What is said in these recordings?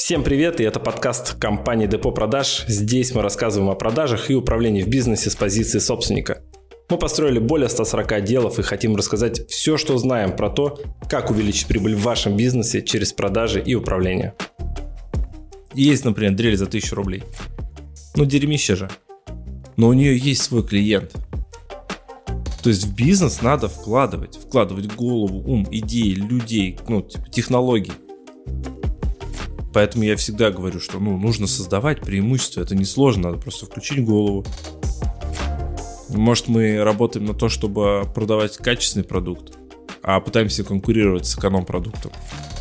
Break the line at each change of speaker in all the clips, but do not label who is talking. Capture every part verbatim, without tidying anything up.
Всем привет, и это подкаст компании Депо Продаж. Здесь мы рассказываем о продажах и управлении в бизнесе с позиции собственника. Мы построили более ста сорока отделов и хотим рассказать все, что знаем про то, как увеличить прибыль в вашем бизнесе через продажи и управление.
Есть, например, дрель за тысячу рублей. Ну, дерьмище же. Но у нее есть свой клиент. То есть в бизнес надо вкладывать. Вкладывать голову, ум, идеи, людей, ну, типа технологий. Поэтому я всегда говорю, что ну, нужно создавать преимущества. Это несложно, надо просто включить голову. Может, мы работаем на то, чтобы продавать качественный продукт, а пытаемся конкурировать с эконом-продуктом.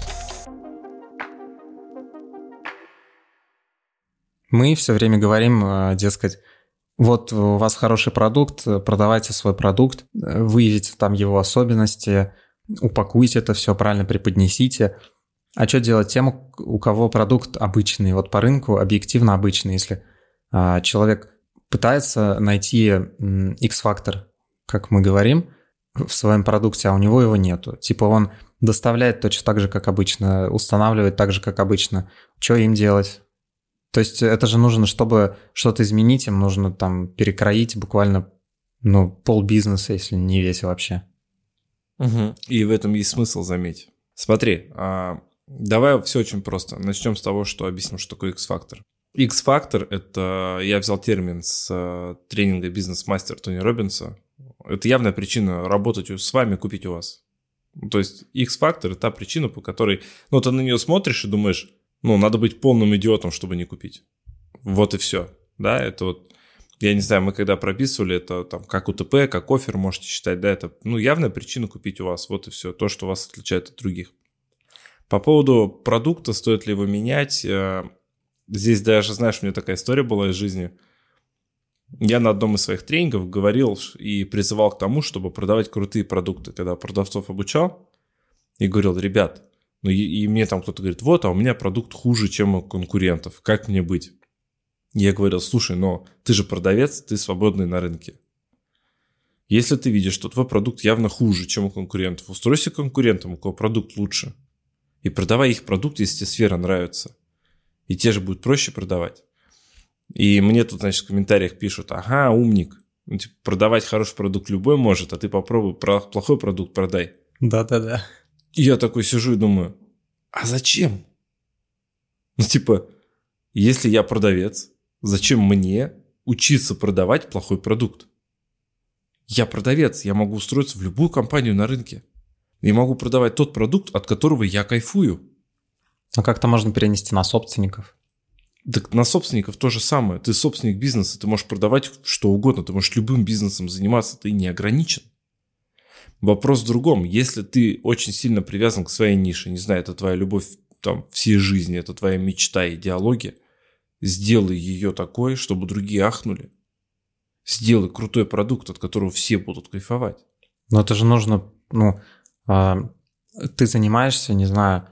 Мы все время говорим, дескать, вот у вас хороший продукт, продавайте свой продукт, выявите там его особенности, упакуйте это все, правильно преподнесите. А что делать тем, у кого продукт обычный, вот по рынку объективно обычный, если а, человек пытается найти X-фактор, как мы говорим, в своем продукте, а у него его нету. Типа он доставляет точно так же, как обычно, устанавливает так же, как обычно. Что им делать? То есть это же нужно, чтобы что-то изменить, им нужно там перекроить буквально ну, полбизнеса, если не весь вообще.
Угу. И в этом есть смысл, заметь. Смотри, а... давай все очень просто. Начнем с того, что объясним, что такое X-фактор. X-фактор – это, я взял термин с тренинга «Бизнес-мастер» Тони Роббинса. Это явная причина работать с вами, купить у вас. То есть X-фактор – это та причина, по которой ну, ты на нее смотришь и думаешь, ну, надо быть полным идиотом, чтобы не купить. Вот и все. Да, это вот, я не знаю, мы когда прописывали это, там, как УТП, как оффер можете считать, да, это, ну, явная причина купить у вас. Вот и все. То, что вас отличает от других. По поводу продукта, стоит ли его менять, здесь даже, знаешь, у меня такая история была из жизни. Я на одном из своих тренингов говорил и призывал к тому, чтобы продавать крутые продукты. Когда продавцов обучал и говорил, ребят, ну и, и мне там кто-то говорит, вот, а у меня продукт хуже, чем у конкурентов, как мне быть? Я говорил, слушай, но ты же продавец, ты свободный на рынке. Если ты видишь, что твой продукт явно хуже, чем у конкурентов, устройся конкурентом, у кого продукт лучше. И продавай их продукт, если тебе сфера нравится. И тебе же будет проще продавать. И мне тут, значит, в комментариях пишут, ага, умник. Ну, типа, продавать хороший продукт любой может, а ты попробуй плохой продукт продай.
Да-да-да.
И я такой сижу и думаю, а зачем? Ну, типа, если я продавец, зачем мне учиться продавать плохой продукт? Я продавец, я могу устроиться в любую компанию на рынке. И могу продавать тот продукт, от которого я кайфую.
А как-то можно перенести на собственников?
Так на собственников то же самое. Ты собственник бизнеса, ты можешь продавать что угодно, ты можешь любым бизнесом заниматься, ты не ограничен. Вопрос в другом. Если ты очень сильно привязан к своей нише, не знаю, это твоя любовь там, всей жизни, это твоя мечта, идеология, сделай ее такой, чтобы другие ахнули. Сделай крутой продукт, от которого все будут кайфовать.
Но это же нужно... ну. Ты занимаешься, не знаю,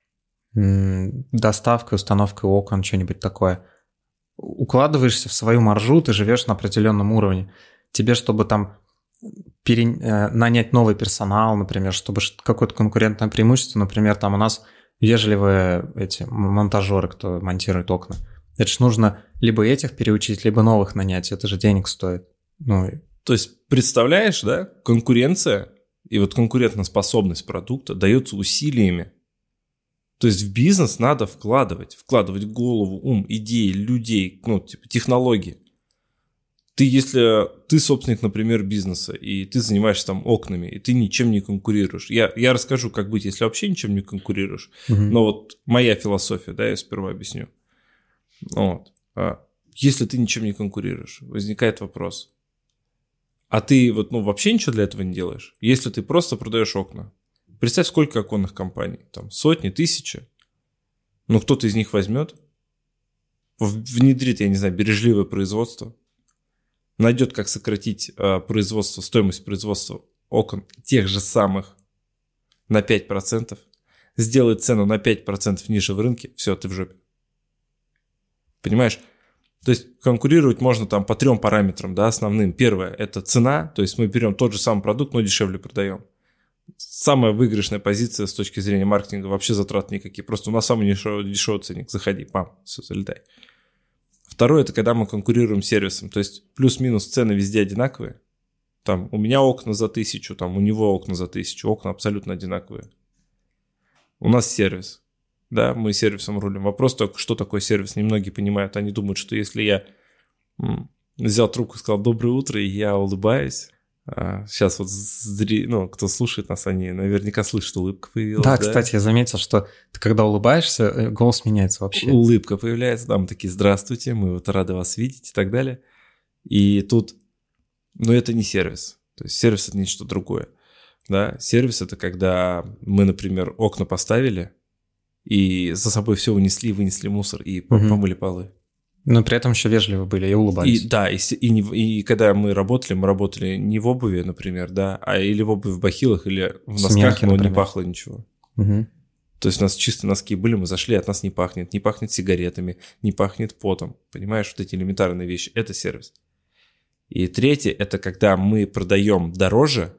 доставкой, установкой окон, что-нибудь такое. Укладываешься в свою маржу, ты живешь на определенном уровне. Тебе, чтобы там пере... нанять новый персонал, например, чтобы какое-то конкурентное преимущество, например, там у нас вежливые эти монтажеры, кто монтирует окна. Это же нужно либо этих переучить, либо новых нанять. Это же денег стоит. Ну...
То есть, представляешь, да, конкуренция... И вот конкурентоспособность продукта дается усилиями. То есть в бизнес надо вкладывать. Вкладывать голову, ум, идеи, людей, ну, типа технологии. Ты, если ты собственник, например, бизнеса, и ты занимаешься там окнами, и ты ничем не конкурируешь. Я, я расскажу, как быть, если вообще ничем не конкурируешь. Угу. Но вот моя философия, да, я сперва объясню. Вот. Если ты ничем не конкурируешь, возникает вопрос. А ты вот, ну, вообще ничего для этого не делаешь? Если ты просто продаешь окна. Представь, сколько оконных компаний. Там сотни, тысячи. Ну, кто-то из них возьмет, внедрит, я не знаю, бережливое производство, найдет, как сократить э, производство, стоимость производства окон тех же самых на пять процентов, сделает цену на пять процентов ниже в рынке, все, ты в жопе. Понимаешь? То есть конкурировать можно там по трем параметрам, да, основным. Первое – это цена, то есть мы берем тот же самый продукт, но дешевле продаем. самая выигрышная позиция с точки зрения маркетинга, вообще затрат никакие. Просто у нас самый дешевый, дешевый ценник. Заходи, пам, все, залетай. Второе, это когда мы конкурируем с сервисом. То есть плюс-минус цены везде одинаковые. Там у меня окна за тысячу, там у него окна за тысячу. Окна абсолютно одинаковые. У нас сервис. Да, мы сервисом рулим. Вопрос только, что такое сервис, немногие понимают. Они думают, что если я м, взял трубку и сказал «доброе утро», и я улыбаюсь. А сейчас вот, зри... ну, кто слушает нас, они наверняка слышат, улыбка появилась.
Да,
да,
кстати, я заметил, что ты когда улыбаешься, голос меняется вообще.
Улыбка появляется, там такие «здравствуйте, мы вот рады вас видеть» и так далее. И тут, ну, это не сервис. То есть сервис – это нечто другое. Да? Сервис – это когда мы, например, окна поставили, и за собой все унесли, вынесли мусор и угу. помыли полы.
Но при этом еще вежливы были и улыбались.
И, да, и, и, не, и когда мы работали, мы работали не в обуви, например, да, а или в обуви в бахилах, или в носках, Сменки, но например. Не пахло ничего.
Угу.
То есть у нас чистые носки были, мы зашли, от нас не пахнет, не пахнет сигаретами, не пахнет потом. Понимаешь, вот эти элементарные вещи – это сервис. И третье – это когда мы продаем дороже,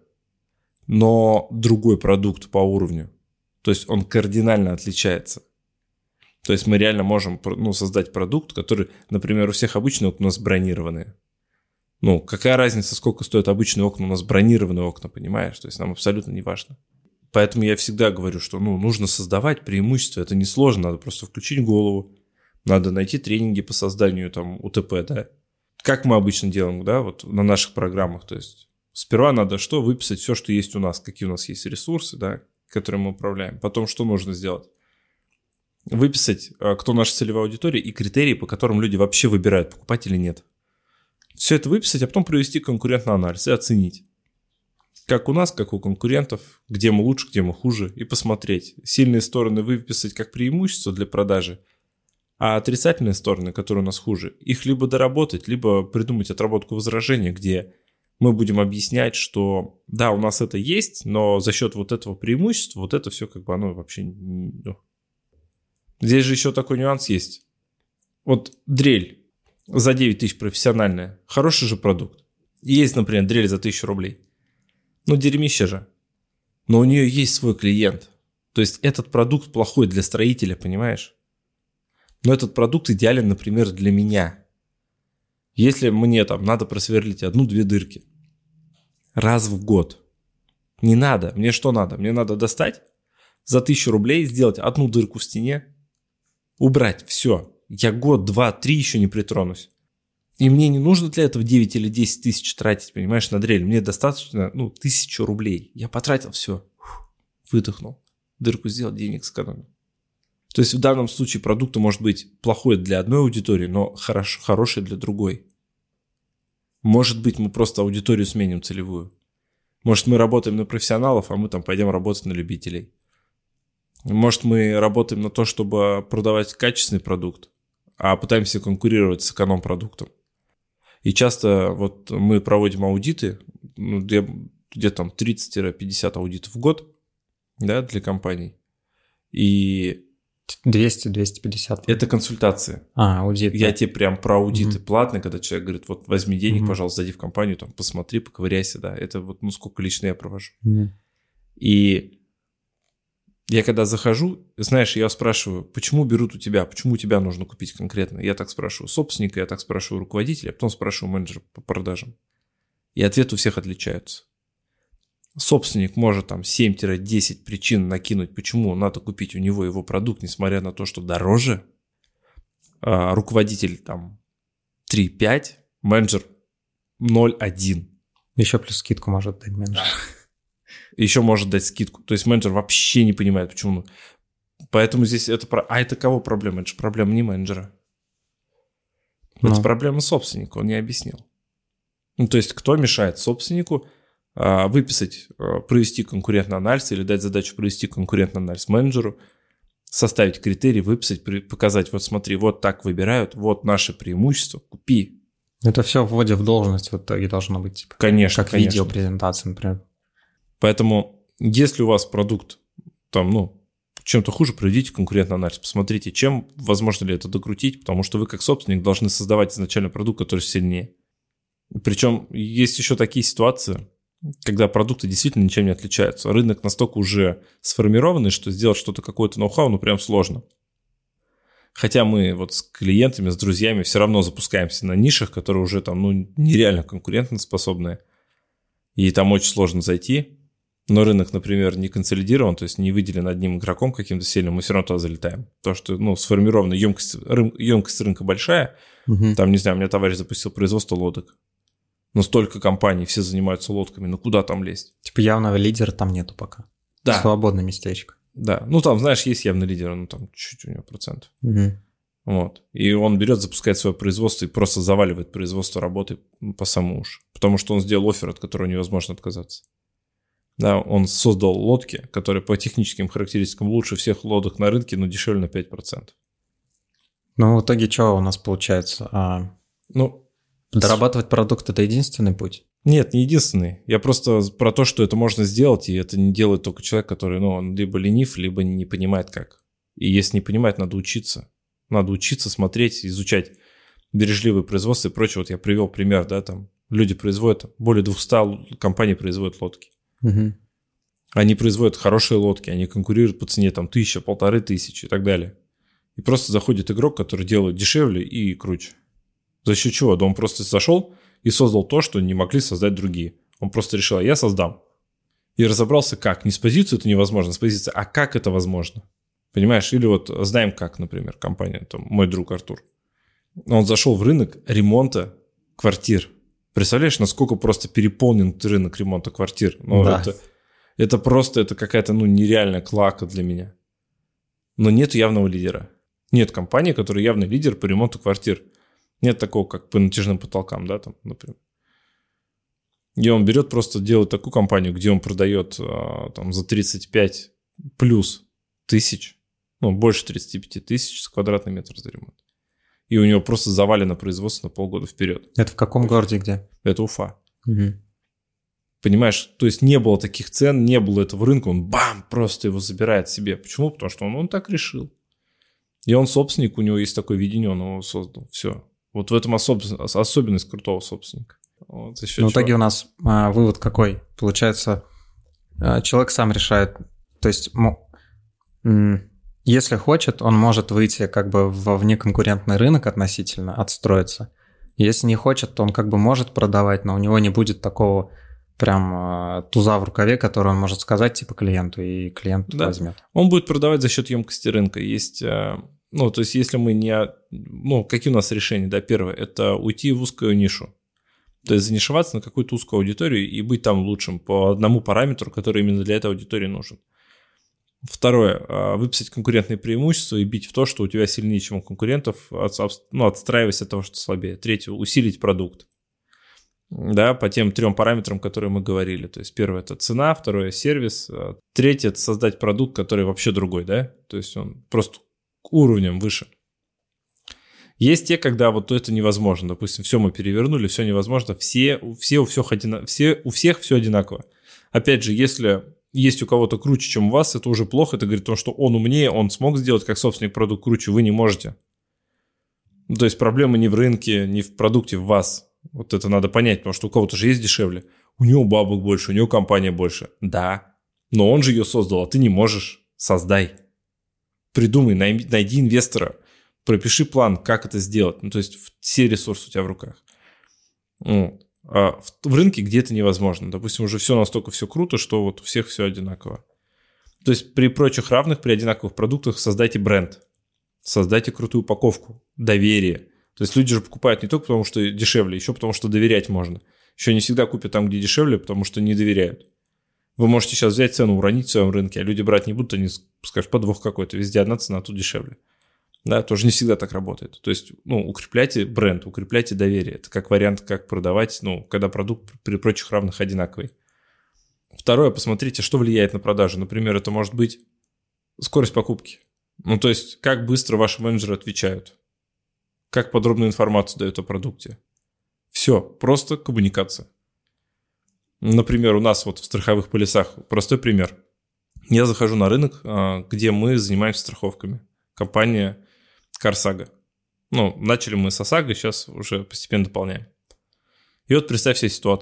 но другой продукт по уровню. То есть он кардинально отличается. То есть мы реально можем, ну, создать продукт, который, например, у всех обычные окна у нас бронированные. Ну, какая разница, сколько стоят обычные окна, у нас бронированные окна, понимаешь? То есть нам абсолютно не важно. Поэтому я всегда говорю, что, ну, нужно создавать преимущества. Это несложно, надо просто включить голову. Надо найти тренинги по созданию там УТП, да. Как мы обычно делаем, да, вот на наших программах. То есть сперва надо что? Выписать все, что есть у нас, какие у нас есть ресурсы, да, которыми мы управляем. Потом что нужно сделать? Выписать, кто наша целевая аудитория и критерии, по которым люди вообще выбирают, покупать или нет. Все это выписать, а потом провести конкурентный анализ и оценить. Как у нас, как у конкурентов, где мы лучше, где мы хуже, и посмотреть. Сильные стороны выписать как преимущество для продажи, а отрицательные стороны, которые у нас хуже, их либо доработать, либо придумать отработку возражения, где мы будем объяснять, что да, у нас это есть, но за счет вот этого преимущества, вот это все как бы оно вообще... Ну, здесь же еще такой нюанс есть. Вот дрель за девять тысяч профессиональная. Хороший же продукт. Есть, например, дрель за тысячу рублей. Ну, дерьмище же. Но у нее есть свой клиент. То есть этот продукт плохой для строителя, понимаешь? Но этот продукт идеален, например, для меня. Если мне там надо просверлить одну-две дырки раз в год. Не надо. Мне что надо? Мне надо достать за тысячу рублей, сделать одну дырку в стене, убрать, все. Я год, два, три еще не притронусь. И мне не нужно для этого девять или десять тысяч тратить, понимаешь, на дрель. Мне достаточно, ну, тысячу рублей. Я потратил все. Выдохнул. Дырку сделал, денег сэкономил. То есть в данном случае продукт может быть плохой для одной аудитории, но хорош, хороший для другой. Может быть, мы просто аудиторию сменим целевую. Может, мы работаем на профессионалов, а мы там пойдем работать на любителей. Может, мы работаем на то, чтобы продавать качественный продукт, а пытаемся конкурировать с эконом-продуктом. И часто вот мы проводим аудиты, ну, где, где там тридцать-пятьдесят аудитов в год, да, для компаний. И
двести-двести пятьдесят.
Это консультации.
А, аудит.
Я тебе прям про аудиты
угу.
платные, когда человек говорит, вот возьми денег,
угу.
пожалуйста, зайди в компанию, там, посмотри, поковыряйся, да. Это вот, ну, сколько лично я провожу.
Угу.
И я когда захожу, знаешь, я спрашиваю, почему берут у тебя, почему у тебя нужно купить конкретно? Я так спрашиваю собственника, я так спрашиваю руководителя, а потом спрашиваю менеджера по продажам. И ответы у всех отличаются. Собственник может там семь-десять причин накинуть, почему надо купить у него его продукт, несмотря на то, что дороже. А руководитель там три-пять, менеджер ноль-один.
Еще плюс скидку может дать менеджер.
Еще может дать скидку. То есть менеджер вообще не понимает, почему. Поэтому здесь это... Про... А это кого проблема? Это же проблема не менеджера. Это ну. проблема собственника, он не объяснил. Ну, то есть кто мешает собственнику а, выписать, а, провести конкурентный анализ или дать задачу провести конкурентный анализ менеджеру, составить критерии, выписать, показать, вот смотри, вот так выбирают, вот наше преимущество, купи.
Это все вводя в должность в итоге должно быть. Типа,
конечно,
как
конечно.
видеопрезентация, например.
Поэтому, если у вас продукт там, ну, чем-то хуже, проведите конкурентный анализ, посмотрите, чем, возможно ли это докрутить, потому что вы как собственник должны создавать изначально продукт, который сильнее. Причем есть еще такие ситуации, когда продукты действительно ничем не отличаются. Рынок настолько уже сформированный, что сделать что-то, какое-то ноу-хау, ну, прям сложно. Хотя мы вот с клиентами, с друзьями все равно запускаемся на нишах, которые уже там, ну, нереально конкурентоспособные. И там очень сложно зайти. Но рынок, например, не консолидирован, то есть не выделен одним игроком каким-то сильным, мы все равно туда залетаем. То, что, ну, сформирована емкость, рын, емкость рынка большая. Угу. Там, не знаю, у меня товарищ запустил производство лодок. Но столько компаний, все занимаются лодками, ну куда там лезть?
Типа явного лидера там нету пока.
Да.
Свободное местечко.
Да, ну там, знаешь, есть явный лидер, ну там чуть-чуть у него процентов.
Угу.
Вот. И он берет, запускает свое производство и просто заваливает производство работы по самому уж. Потому что он сделал оффер, от которого невозможно отказаться. Да, он создал лодки, которые по техническим характеристикам лучше всех лодок на рынке, но дешевле на пять процентов.
Ну, в итоге что у нас получается? А...
Ну,
Дорабатывать продукт – это единственный путь?
Нет, не единственный. Я просто про то, что это можно сделать, и это не делает только человек, который, ну, он либо ленив, либо не понимает как. И если не понимает, надо учиться. Надо учиться, смотреть, изучать бережливое производство и прочее. Вот я привел пример, да, там люди производят, более двухсот компаний производят лодки.
Угу.
Они производят хорошие лодки, они конкурируют по цене там тысяча, полторы тысячи и так далее. И просто заходит игрок, который делает дешевле и круче. За счет чего? Да он просто зашел и создал то, что не могли создать другие. Он просто решил, а я создам. И разобрался как. Не с позиции это невозможно, с позиции, а как это возможно? Понимаешь? Или вот знаем как, например, компания, там, мой друг Артур. Он зашел в рынок ремонта квартир. Представляешь, насколько просто переполнен рынок ремонта квартир? Ну,
да.
это, это просто это какая-то ну, нереальная клака для меня. Но нет явного лидера. Нет компании, которая явный лидер по ремонту квартир. Нет такого, как по натяжным потолкам, да, там, например. И он берет, просто делает такую компанию, где он продает там, за тридцать пять плюс тысяч, ну, больше тридцать пять тысяч с квадратный метр за ремонт. И у него просто завалено производство на полгода вперед.
Это в каком городе, где?
Это Уфа.
Угу.
Понимаешь, то есть не было таких цен, не было этого рынка, он бам, просто его забирает себе. Почему? Потому что он, он так решил. И он собственник, у него есть такое видение, он его создал. Все. Вот в этом особ... особенность крутого собственника. Вот,
ну, в итоге у нас а, вывод какой? Получается, а, человек сам решает. То есть, м- если хочет, он может выйти как бы во внеконкурентный рынок относительно, отстроиться. Если не хочет, то он как бы может продавать, но у него не будет такого прям а, туза в рукаве, который он может сказать типа клиенту, и клиент да. возьмет.
Он будет продавать за счет емкости рынка. Есть... Ну, то есть, если мы не... Ну, какие у нас решения? Да, первое, это уйти в узкую нишу. То есть, занишеваться на какую-то узкую аудиторию и быть там лучшим по одному параметру, который именно для этой аудитории нужен. Второе, выписать конкурентные преимущества и бить в то, что у тебя сильнее, чем у конкурентов, ну, отстраиваясь от того, что слабее. Третье, усилить продукт. Да, по тем трем параметрам, которые мы говорили. То есть, первое – это цена, второе – сервис, третье – это создать продукт, который вообще другой, да? То есть, он просто... уровнем выше. Есть те, когда вот это невозможно. Допустим, все мы перевернули, все невозможно, все, все, у, всех одина... все, у всех все одинаково. Опять же, если есть у кого-то круче, чем у вас, это уже плохо. Это говорит о том, что он умнее, он смог сделать как собственник продукт круче, вы не можете. То есть проблема не в рынке, не в продукте, в вас. Вот это надо понять, потому что у кого-то же есть дешевле. У него бабок больше, у него компания больше. Да, но он же ее создал, а ты не можешь. Создай. Придумай, найди инвестора, пропиши план, как это сделать. Ну, то есть все ресурсы у тебя в руках. Вот. А в, в рынке где это невозможно. Допустим, уже все настолько все круто, что вот у всех все одинаково. То есть при прочих равных, при одинаковых продуктах создайте бренд, создайте крутую упаковку, доверие. То есть люди же покупают не только потому, что дешевле, еще потому, что доверять можно. Еще не всегда купят там, где дешевле, потому что не доверяют. Вы можете сейчас взять цену, уронить в своем рынке, а люди брать не будут, они скажут, подвох какой-то, везде одна цена, а тут дешевле. Да, тоже не всегда так работает. То есть, ну, укрепляйте бренд, укрепляйте доверие. Это как вариант, как продавать, ну, когда продукт при прочих равных одинаковый. Второе, посмотрите, что влияет на продажу. Например, это может быть скорость покупки. Ну, то есть, как быстро ваши менеджеры отвечают, как подробную информацию дают о продукте. Все, просто коммуникация. Например, у нас вот в страховых полисах простой пример. Я захожу на рынок, где мы занимаемся страховками. Компания CarSaga. Ну, начали мы с ОСАГО, сейчас уже постепенно дополняем. И вот представь себе ситуацию.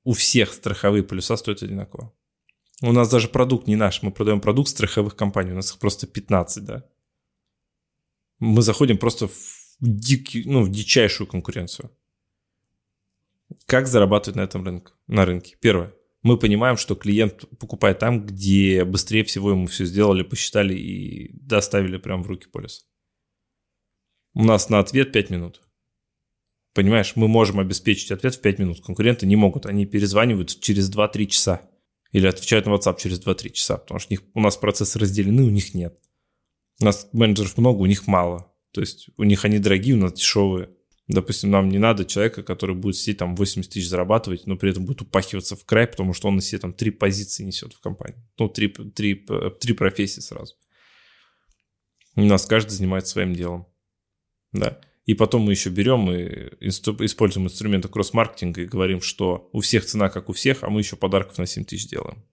у всех страховые полюса стоят одинаково. У нас даже продукт не наш, мы продаем продукт страховых компаний, у нас их просто пятнадцать, да. Мы заходим просто в, дикий, ну, в дичайшую конкуренцию. Как зарабатывать на этом рынке? На рынке? Первое. Мы понимаем, что клиент покупает там, где быстрее всего ему все сделали, посчитали и доставили прямо в руки полис. У нас на ответ пять минут. Понимаешь, мы можем обеспечить ответ в пять минут. Конкуренты не могут. Они перезванивают через два-три часа. Или отвечают на WhatsApp через два-три часа. Потому что у, них, у нас процессы разделены, у них нет. У нас менеджеров много, у них мало. То есть у них они дорогие, у нас дешевые. Допустим, нам не надо человека, который будет сидеть там восемьдесят тысяч зарабатывать, но при этом будет упахиваться в край, потому что он на себе там три позиции несет в компании. Ну, три, три, три профессии сразу. У нас каждый занимается своим делом. Да. И потом мы еще берем и используем инструменты кросс-маркетинга и говорим, что у всех цена как у всех, а мы еще подарков на семь тысяч делаем.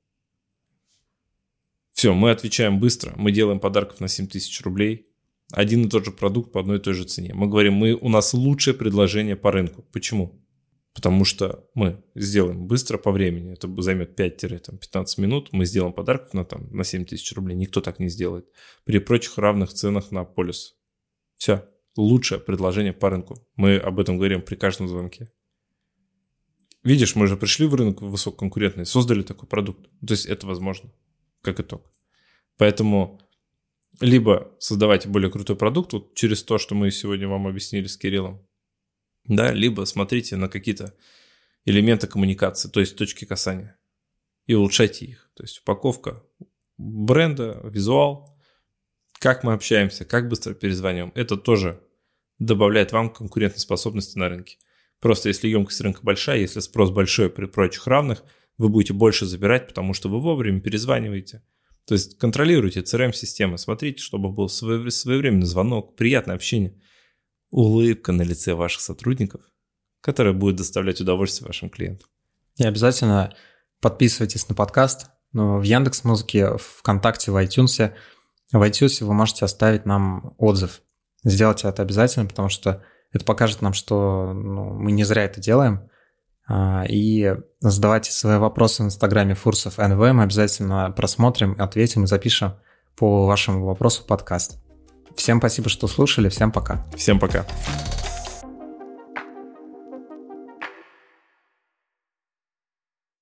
Все, мы отвечаем быстро, мы делаем подарков на семь тысяч рублей. Один и тот же продукт по одной и той же цене. Мы говорим, мы, у нас лучшее предложение по рынку. Почему? Потому что мы сделаем быстро по времени. Это займет пять-пятнадцать минут. Мы сделаем подарков на, там, на семь тысяч рублей. Никто так не сделает. При прочих равных ценах на полис. Все. Лучшее предложение по рынку. Мы об этом говорим при каждом звонке. Видишь, мы же пришли в рынок высококонкурентный, создали такой продукт. То есть это возможно, как итог. Поэтому либо создавайте более крутой продукт вот через то, что мы сегодня вам объяснили с Кириллом, да, либо смотрите на какие-то элементы коммуникации, то есть точки касания, и улучшайте их. То есть упаковка бренда, визуал, как мы общаемся, как быстро перезваниваем, это тоже добавляет вам конкурентоспособности на рынке. Просто если емкость рынка большая, если спрос большой при прочих равных, вы будете больше забирать, потому что вы вовремя перезваниваете. То есть контролируйте си ар эм-системы, смотрите, чтобы был своевременный звонок, приятное общение, улыбка на лице ваших сотрудников, которая будет доставлять удовольствие вашим клиентам.
И обязательно подписывайтесь на подкаст в Яндекс.Музыке, ВКонтакте, в iTunes. В iTunes вы можете оставить нам отзыв. Сделайте это обязательно, потому что это покажет нам, что ну, мы не зря это делаем. И задавайте свои вопросы в инстаграме Фурсов эн вэ. Мы обязательно просмотрим, ответим и запишем по вашему вопросу подкаст. Всем спасибо, что слушали. Всем пока.
Всем пока.